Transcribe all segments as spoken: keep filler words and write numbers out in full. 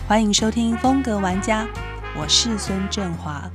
欢迎收听风格玩家，我是孙正华。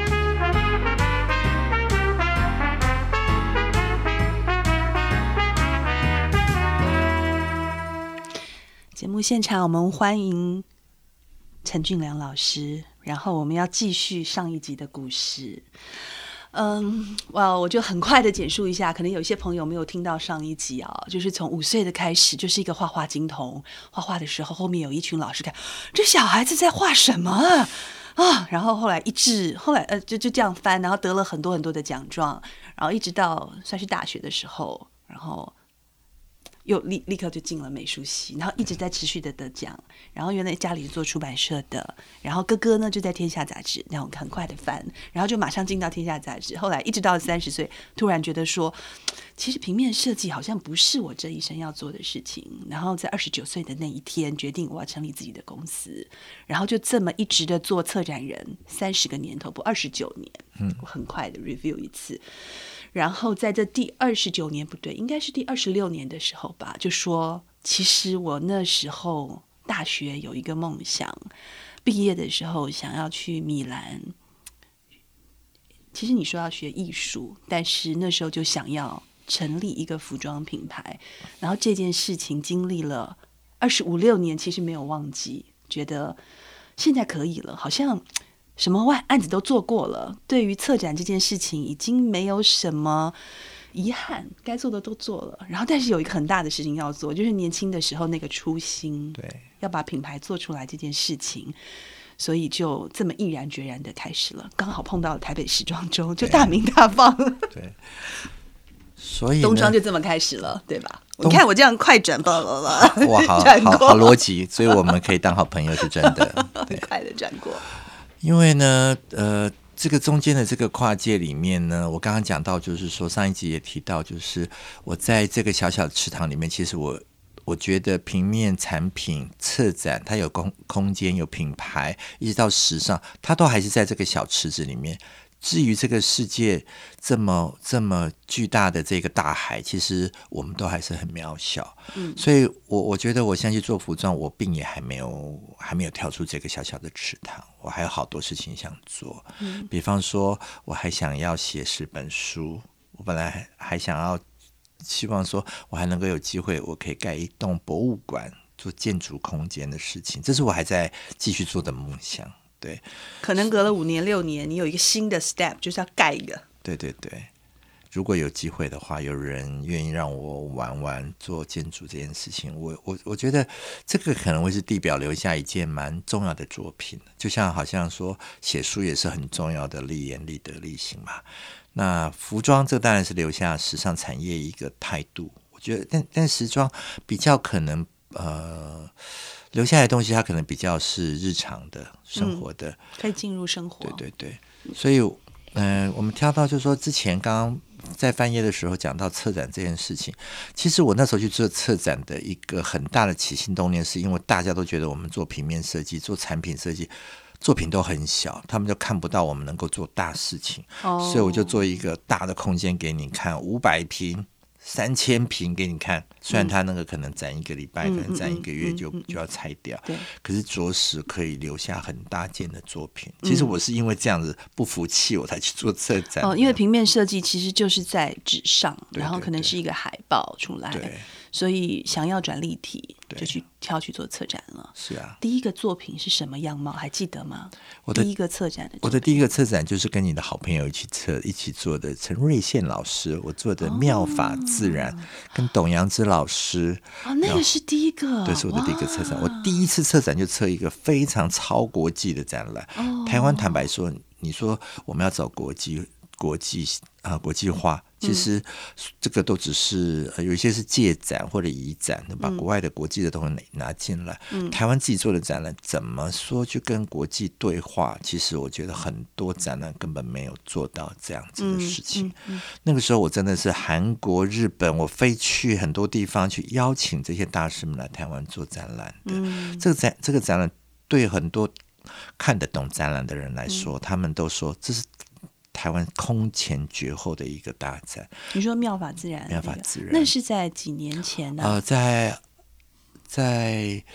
节目现场，我们欢迎陈俊良老师，然后我们要继续上一集的故事。嗯，哇，我就很快的简述一下，可能有些朋友没有听到上一集啊，就是从五岁的开始，就是一个画画精童，画画的时候，后面有一群老师看，这小孩子在画什么啊？啊，然后后来一直，后来呃，就就这样翻，然后得了很多很多的奖状，然后一直到算是大学的时候，然后又立立刻就进了美术系，然后一直在持续的得奖。然后原来家里是做出版社的，然后哥哥呢就在天下杂志，然后很快的翻，然后就马上进到天下杂志。后来一直到三十岁，突然觉得说，其实平面设计好像不是我这一生要做的事情。然后在二十九岁的那一天，决定我要成立自己的公司，然后就这么一直的做策展人，三十个年头，不二十九年，嗯，我很快的 review 一次。然后在这第二十九年不对，应该是第二十六年的时候吧，就说其实我那时候大学有一个梦想，毕业的时候想要去米兰。其实你说要学艺术，但是那时候就想要成立一个服装品牌，然后这件事情经历了二十五六年，其实没有忘记，觉得现在可以了，好像什么案子都做过了，对于策展这件事情已经没有什么遗憾，该做的都做了。然后但是有一个很大的事情要做，就是年轻的时候那个初心， 对，要把品牌做出来这件事情，所以就这么毅然决然的开始了。刚好碰到了台北时装周，就大名大放了。 对，所以东庄就这么开始了，对吧？你看我这样快转吧了了， 哇，好好好逻辑，所以我们可以当好朋友，是真的， 很快的转过。 因为呢，呃，这个中间的这个跨界里面呢，我刚刚讲到，就是说上一集也提到，就是我在这个小小的池塘里面，其实我我觉得平面产品策展，它有空空间，有品牌，一直到时尚，它都还是在这个小池子里面。至于这个世界这么这么巨大的这个大海，其实我们都还是很渺小。嗯，所以我我觉得我现在去做服装，我并也还没有还没有跳出这个小小的池塘，我还有好多事情想做。嗯，比方说我还想要写十本书，我本来 还, 还想要希望说我还能够有机会，我可以盖一栋博物馆，做建筑空间的事情，这是我还在继续做的梦想。对， 可能隔了五年六年，你有一个新的 step， 就是要盖一个。 对对对，如果有机会的话，有人愿意让我玩玩做建筑这件事情，我我我觉得这个可能会是地表留下一件蛮重要的作品。就像好像说写书也是很重要的，立言立德立行嘛。那服装这当然是留下时尚产业一个态度，我觉得，但但时装比较可能呃。留下来的东西它可能比较是日常的生活的、嗯、 可以进入生活， 对对对，所以嗯、呃，我们挑到就是说之前刚刚在翻页的时候讲到策展这件事情，其实我那时候去做策展的一个很大的起心动念，是因为大家都觉得我们做平面设计做产品设计作品都很小，他们就看不到我们能够做大事情、哦、所以我就做一个大的空间给你看，五百平三千平给你看，虽然他那个可能展一个礼拜、嗯、可能展一个月就、嗯、就要拆掉、嗯、可是着实可以留下很大件的作品、嗯、其实我是因为这样子不服气我才去做策展、 哦、因为平面设计其实就是在纸上，对对对，然后可能是一个海报出来，对，所以想要转立体就去挑去做策展了。 是啊， 第一个作品是什么样貌还记得吗？我的第一个策展的我的第一个策展就是跟你的好朋友一起策一起做的，陈瑞宪老师，我做的妙法自然、哦、跟董阳之老师、 哦、那个是第一个， 对，是我的第一个策展。我第一次策展就策一个非常超国际的展览、哦、台湾坦白说，你说我们要找国际国际啊、呃，国际化，其实这个都只是、呃、有一些是借展或者移展，把国外的国际的东西拿进来、嗯、台湾自己做的展览怎么说去跟国际对话，其实我觉得很多展览根本没有做到这样子的事情、嗯嗯嗯、那个时候我真的是韩国日本，我飞去很多地方去邀请这些大师们来台湾做展览的、嗯、这个展这个展览对很多看得懂展览的人来说、嗯、他们都说这是台湾空前绝后的一个大展。 你说妙法自然、那个、 妙法自然， 那是在几年前呢、 啊？呃，在在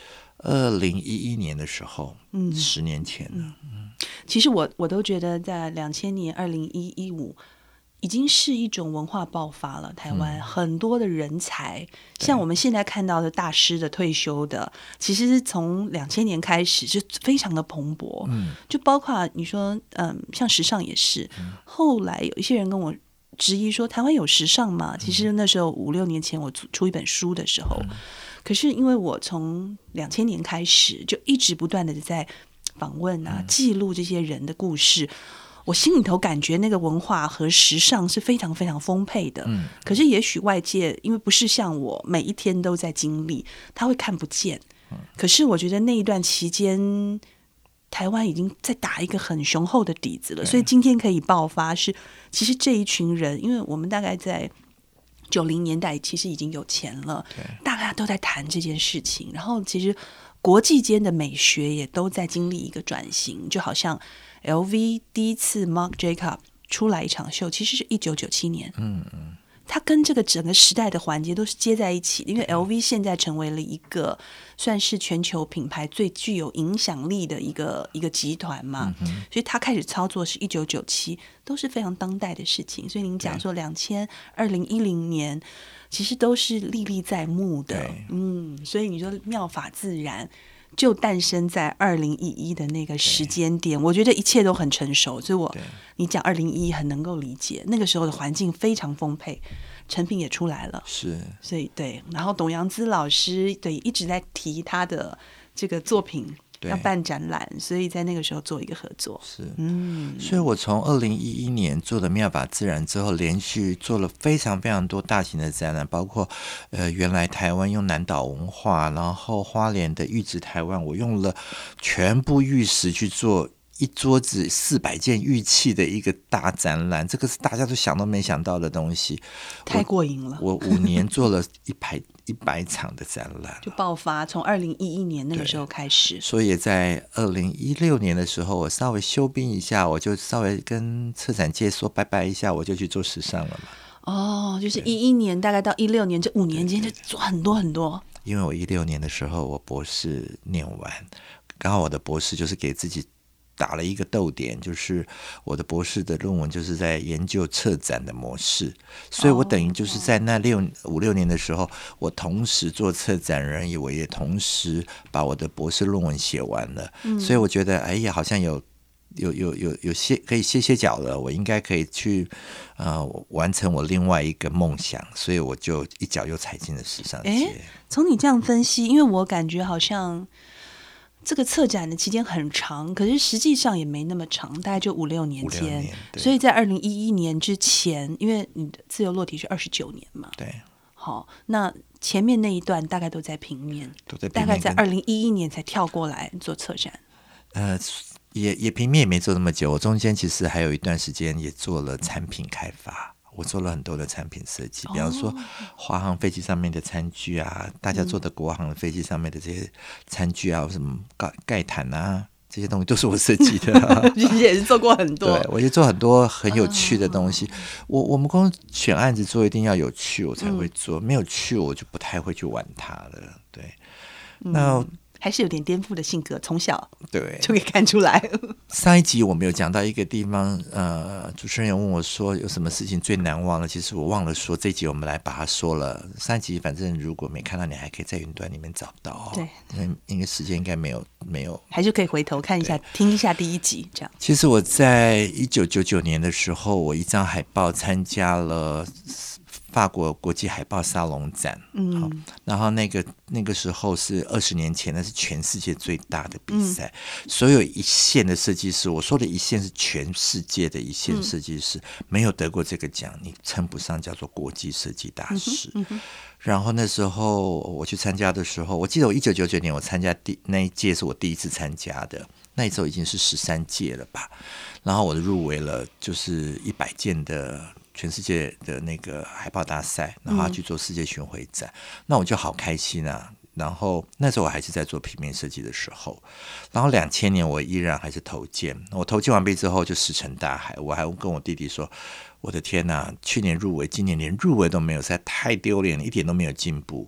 二零一一年的时候，嗯，十年前了。嗯嗯、其实我我都觉得在两千年、二零一一五已经是一种文化爆发了。台湾、嗯、很多的人才，像我们现在看到的大师的退休的，其实从两千年开始就非常的蓬勃。嗯，就包括你说，嗯，像时尚也是。嗯、后来有一些人跟我质疑说，台湾有时尚吗？其实那时候五六年前我出一本书的时候。嗯，可是因为我从两千年开始就一直不断的在访问啊、嗯、记录这些人的故事，我心里头感觉那个文化和时尚是非常非常丰沛的。嗯，可是也许外界因为不是像我每一天都在经历，他会看不见。嗯，可是我觉得那一段期间，台湾已经在打一个很雄厚的底子了，所以今天可以爆发是，其实这一群人，因为我们大概在九零年代其实已经有钱了，大家都在谈这件事情，然后其实国际间的美学也都在经历一个转型，就好像 L V 第一次 Marc Jacob 出来一场秀，其实是一九九七年，嗯嗯，它跟这个整个时代的环节都是接在一起的，因为 L V 现在成为了一个算是全球品牌最具有影响力的一个一个集团嘛，嗯，所以他开始操作是一九九七，都是非常当代的事情。所以您讲说两千二零一零年，其实都是历历在目的，嗯，所以你说妙法自然就诞生在二零一一的那个时间点，我觉得一切都很成熟，所以我你讲二零一一很能够理解，那个时候的环境非常丰沛，成品也出来了， 是， 所以对，然后董阳孜老师对一直在提他的这个作品要办展览，所以在那个时候做一个合作， 是，嗯，所以我从二零一一年做了妙法自然之后，连续做了非常非常多大型的展览，包括呃原来台湾用南岛文化，然后花莲的玉质台湾，我用了全部玉石去做一桌子四百件玉器的一个大展览，这个是大家都想都没想到的东西， 太过瘾了。 我, 我五年做了一排一百场的展览， 就爆发，从二零一一年那个时候开始。 所以在二零一六年的时候，我稍微休兵一下，我就稍微跟策展界说拜拜一下，我就去做时尚了嘛。 哦，就是一一年大概到一六年这五年间就做很多很多。 因为我一六年的时候我博士念完，刚好我的博士就是给自己打了一个逗点，就是我的博士的论文就是在研究策展的模式，所以我等于就是在那六五六年的时候，我同时做策展人，我也同时把我的博士论文写完了，嗯，所以我觉得哎呀，好像有有有有有些可以歇歇脚了，我应该可以去呃完成我另外一个梦想，所以我就一脚又踩进了时尚界。 从你这样分析，因为我感觉好像这个策展的期间很长，可是实际上也没那么长，大概就五六年间。所以在二零一一年之前，因为你的自由落体是二十九年嘛， 对， 好，那前面那一段大概都在平面， 都在平面， 大概在二零一一年才跳过来做策展。 呃，也也平面也没做那么久，我中间其实还有一段时间也做了产品开发。我做了很多的产品设计，比方说华航飞机上面的餐具啊，大家坐的国航的飞机上面的这些餐具啊，什么盖盖毯啊，这些东西都是我设计的，啊。 其实也是做过很多， 对，我就做很多很有趣的东西。我我们公司选案子做一定要有趣，我才会做，嗯，没有趣我就不太会去玩它了。对， 嗯，那还是有点颠覆的性格，从小对就可以看出来。 上一集我们有讲到一个地方，呃，主持人有问我说有什么事情最难忘了，其实我忘了说，这一集我们来把它说了。上一集反正如果没看到，你还可以在云端里面找到，哦， 对， 因为因为时间应该没有没有， 还是可以回头看一下，听一下第一集这样。 其实我在一九九九年的时候，我一张海报参加了法国国际海报沙龙展，嗯，然后那个那个时候是二十年前，那是全世界最大的比赛，嗯，所有一线的设计师，我说的一线是全世界的一线设计师，嗯，没有得过这个奖，你称不上叫做国际设计大师。嗯嗯，然后那时候我去参加的时候，我记得我一九九九年我参加第那一届是我第一次参加的，那时候已经是十三届了吧，然后我入围了就是一百件的全世界的那个海报大赛，然后去做世界巡回展，嗯，那我就好开心啊。然后那时候我还是在做平面设计的时候，然后两千年我依然还是投件，我投件完毕之后就石沉大海，我还跟我弟弟说，我的天哪，去年入围，今年连入围都没有，实在太丢脸了，一点都没有进步。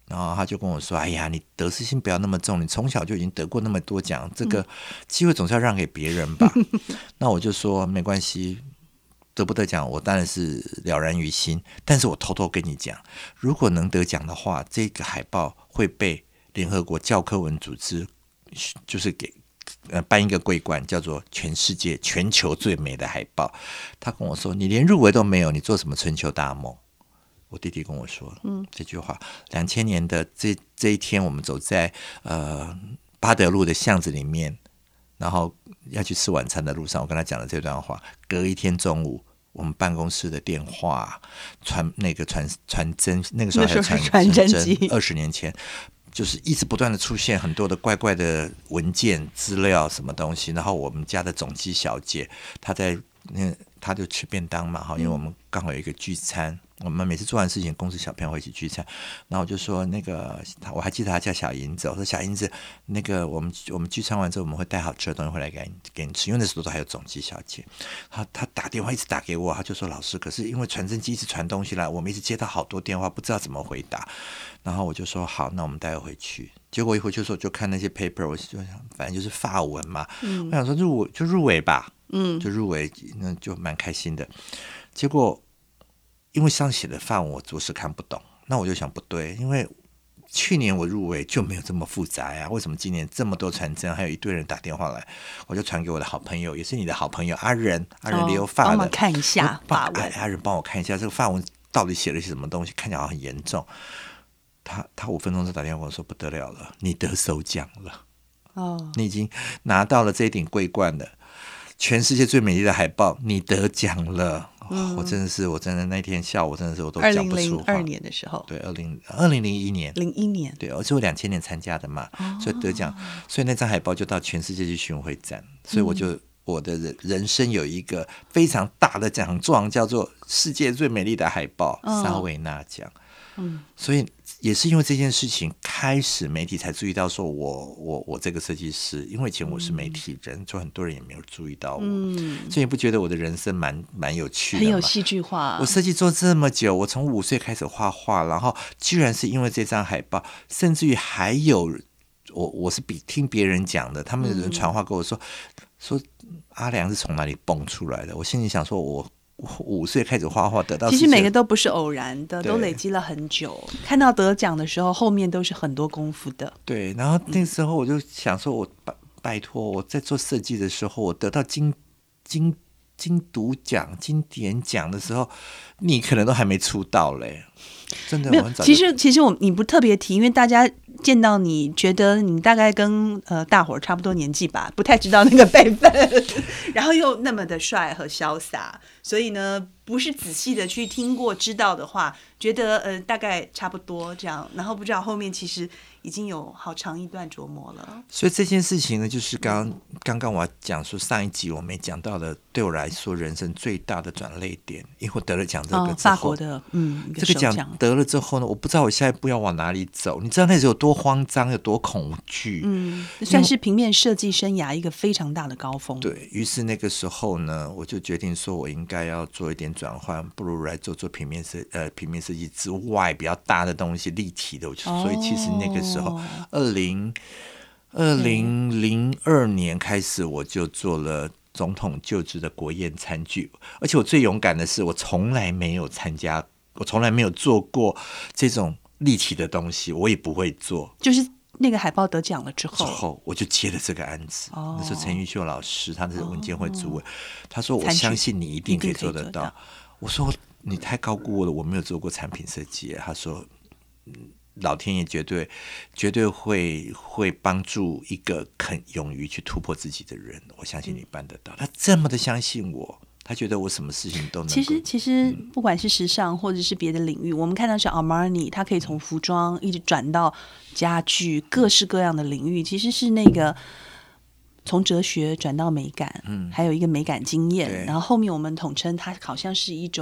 然后他就跟我说：“哎呀，你得失心不要那么重，你从小就已经得过那么多奖，这个机会总是要让给别人吧。嗯”那我就说没关系，得不得奖我当然是了然于心，但是我偷偷跟你讲，如果能得奖的话，这个海报会被联合国教科文组织就是给呃颁一个桂冠，叫做全世界全球最美的海报。他跟我说：“你连入围都没有，你做什么春秋大梦？”我弟弟跟我说，嗯，这句话。两千年的这这一天，我们走在呃巴德路的巷子里面，然后要去吃晚餐的路上，我跟他讲了这段话。隔一天中午，我们办公室的电话传那个传传真，那个时候还有传传真机， 二十年前。就是一直不断的出现很多的怪怪的文件资料什么东西，然后我们家的总机小姐她在那她就吃便当嘛，因为我们刚好有一个聚餐，我们每次做完事情公司小朋友会一起聚餐，然后我就说那个我还记得她叫小银子，我说小银子那个我们我们聚餐完之后我们会带好吃的东西回来给你给你吃，因为那时候都还有总机小姐，她她打电话一直打给我，她就说老师，可是因为传真机一直传东西来，我们一直接到好多电话，不知道怎么回答。然后我就说好，那我们带回去。结果一回去的时候就看那些 paper， 我就想反正就是法文嘛，嗯、我想说入围就入围吧，嗯，就入围，那就蛮开心的。结果因为上写的法文我着实看不懂，那我就想不对，因为去年我入围就没有这么复杂呀，为什么今年这么多传真，还有一堆人打电话来？我就传给我的好朋友，也是你的好朋友阿仁，阿仁留法的， 帮我看一下法文， 阿仁帮我看一下这个法文到底写了些什么东西，看起来好像很严重。他他五分钟就打电话跟我说不得了了，你得首奖了，哦，你已经拿到了这一顶桂冠了，全世界最美丽的海报，你得奖了。嗯哦、我真的是，我真的那天下午真的是我都讲不出话。二零零二年的时候， 对，二零二零零一年， 零一年， 对，而且我两千年参加的嘛，哦、所以得奖，所以那张海报就到全世界去巡回展，所以我就。嗯我的人人生有一个非常大的奖状，叫做世界最美丽的海报、哦、沙维纳奖。嗯，所以也是因为这件事情，开始媒体才注意到说我我我这个设计师，因为以前我是媒体人，就、嗯、很多人也没有注意到我。嗯，所以你不觉得我的人生蛮蛮有趣的吗？ 很有戏剧化。 我设计做这么久，我从五岁开始画画，然后居然是因为这张海报，甚至于还有我我是比听别人讲的，他们有人传话跟我说、嗯、说。阿良是从哪里蹦出来的？我心里想说，我五岁开始画画，得到其实每个都不是偶然的，都累积了很久。看到得奖的时候，后面都是很多功夫的。 对，然后那时候我就想说，我拜拜托，我在做设计的时候，我得到金金金读奖、金典奖的时候，你可能都还没出道嘞。真的， 没有。其实，其实我你不特别提，因为大家见到你觉得你大概跟呃大伙儿差不多年纪吧，不太知道那个辈分，然后又那么的帅和潇洒，所以呢，不是仔细的去听过知道的话，觉得呃大概差不多这样，然后不知道后面其实已经有好长一段琢磨了。 所以这件事情呢，就是刚刚刚刚我要讲说上一集我没讲到的，对我来说人生最大的转捩点，因为我得了奖这个之后，哦、 法国的嗯这个奖得了之后呢，我不知道我下一步要往哪里走。你知道那时候有多慌张，有多恐惧。嗯， 算是平面设计生涯一个非常大的高峰。 对，于是那个时候呢，我就决定说，我应该要做一点转换，不如来做做平面设呃平面设计之外比较大的东西，立体的。哦、所以其实那个时候，二零二零零二年开始，我就做了总统就职的国宴餐具，而且我最勇敢的是，我从来没有参加。我从来没有做过这种立体的东西，我也不会做。 就是那个海报得奖了之后， 之后我就接了这个案子。哦、那时候陈玉秀老师，他是文建会主委，哦、他说：“我相信你一定可以做得到。到”我说：“你太高估我了，我没有做过产品设计。”他说：“老天爷绝对绝对会会帮助一个肯勇于去突破自己的人，我相信你办得到。嗯”他这么的相信我。他觉得我什么事情都能够。 其实，其实不管是时尚或者是别的领域，我们看到是 Armani， 它可以从服装一直转到家具，各式各样的领域，其实是那个从哲学转到美感，嗯，还有一个美感经验，然后后面我们统称它好像是一种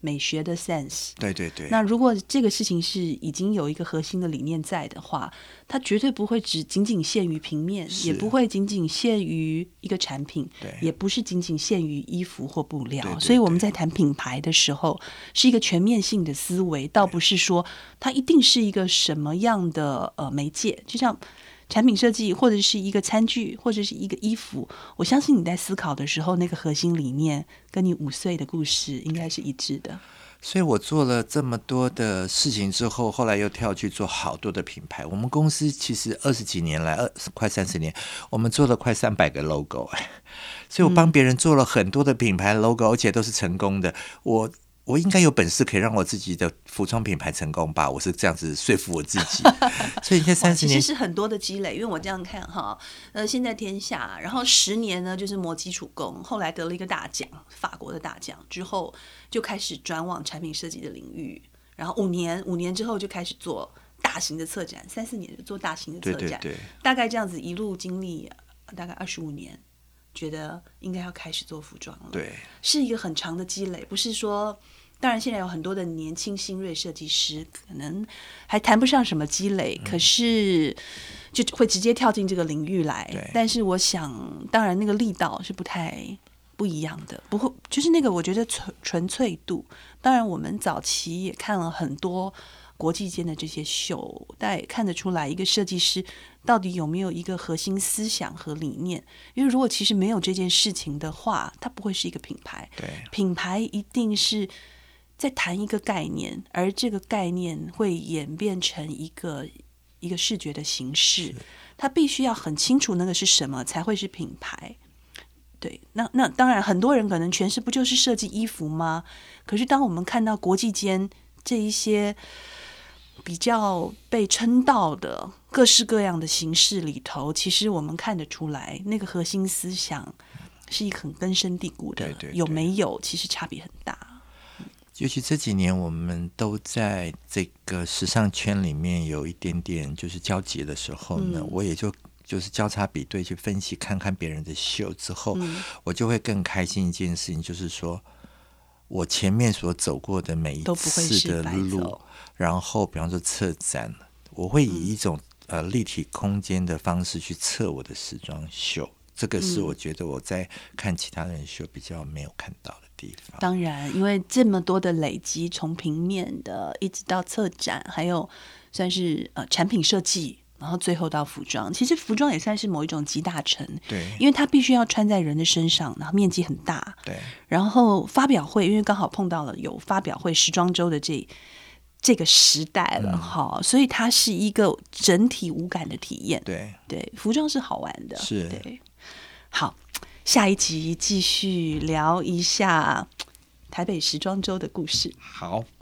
美学的 sense。 对对对。 那如果这个事情是已经有一个核心的理念在的话，它绝对不会只仅仅限于平面，也不会仅仅限于一个产品，也不是仅仅限于衣服或布料。对对对。所以我们在谈品牌的时候，是一个全面性的思维，倒不是说它一定是一个什么样的呃媒介，就像产品设计或者是一个餐具或者是一个衣服，我相信你在思考的时候，那个核心理念跟你五岁的故事应该是一致的。 所以我做了这么多的事情之后，后来又跳去做好多的品牌。我们公司其实二十几年来，二快三十年，我们做了快三百个 logo， 所以我帮别人做了很多的品牌 logo，、嗯、而且都是成功的。我我应该有本事可以让我自己的服装品牌成功吧？我是这样子说服我自己。所以现在三十年其实是很多的积累，因为我这样看哈，呃，现在天下，然后十年呢就是磨基础功，后来得了一个大奖，法国的大奖之后，就开始转往产品设计的领域，然后五年五年之后就开始做大型的策展，三四年就做大型的策展， 对对对， 大概这样子一路经历大概二十五年。觉得应该要开始做服装了， 对， 是一个很长的积累，不是说，当然现在有很多的年轻新锐设计师，可能还谈不上什么积累，嗯、可是就会直接跳进这个领域来。但是我想，当然那个力道是不太不一样的，不会就是那个我觉得纯纯粹度。当然我们早期也看了很多国际间的这些秀，大家也看得出来一个设计师到底有没有一个核心思想和理念。因为如果其实没有这件事情的话，它不会是一个品牌。 对， 品牌一定是在谈一个概念，而这个概念会演变成一个一个视觉的形式，它必须要很清楚那个是什么才会是品牌。对，那那当然很多人可能诠释不就是设计衣服吗？可是当我们看到国际间这一些比较被称道的各式各样的形式里头，其实我们看得出来那个核心思想是一个很根深蒂固的， 对对对， 有没有其实差别很大。 尤其这几年我们都在这个时尚圈里面有一点点就是交集的时候呢、嗯、我也就就是交叉比对去分析看看别人的秀之后、嗯、我就会更开心一件事情，就是说我前面所走过的每一次的路，然后比方说策展，我会以一种、嗯、呃立体空间的方式去测我的时装秀，这个是我觉得我在看其他人秀比较没有看到的地方。 当然因为这么多的累积，从平面的一直到策展，还有算是呃产品设计，然后最后到服装，其实服装也算是某一种集大成。 对， 因为它必须要穿在人的身上，然后面积很大。 对， 然后发表会，因为刚好碰到了有发表会时装周的这这个时代了哈、嗯，所以它是一个整体无感的体验。 对对，服装是好玩的。 是， 对。好，下一集继续聊一下台北时装周的故事。 好。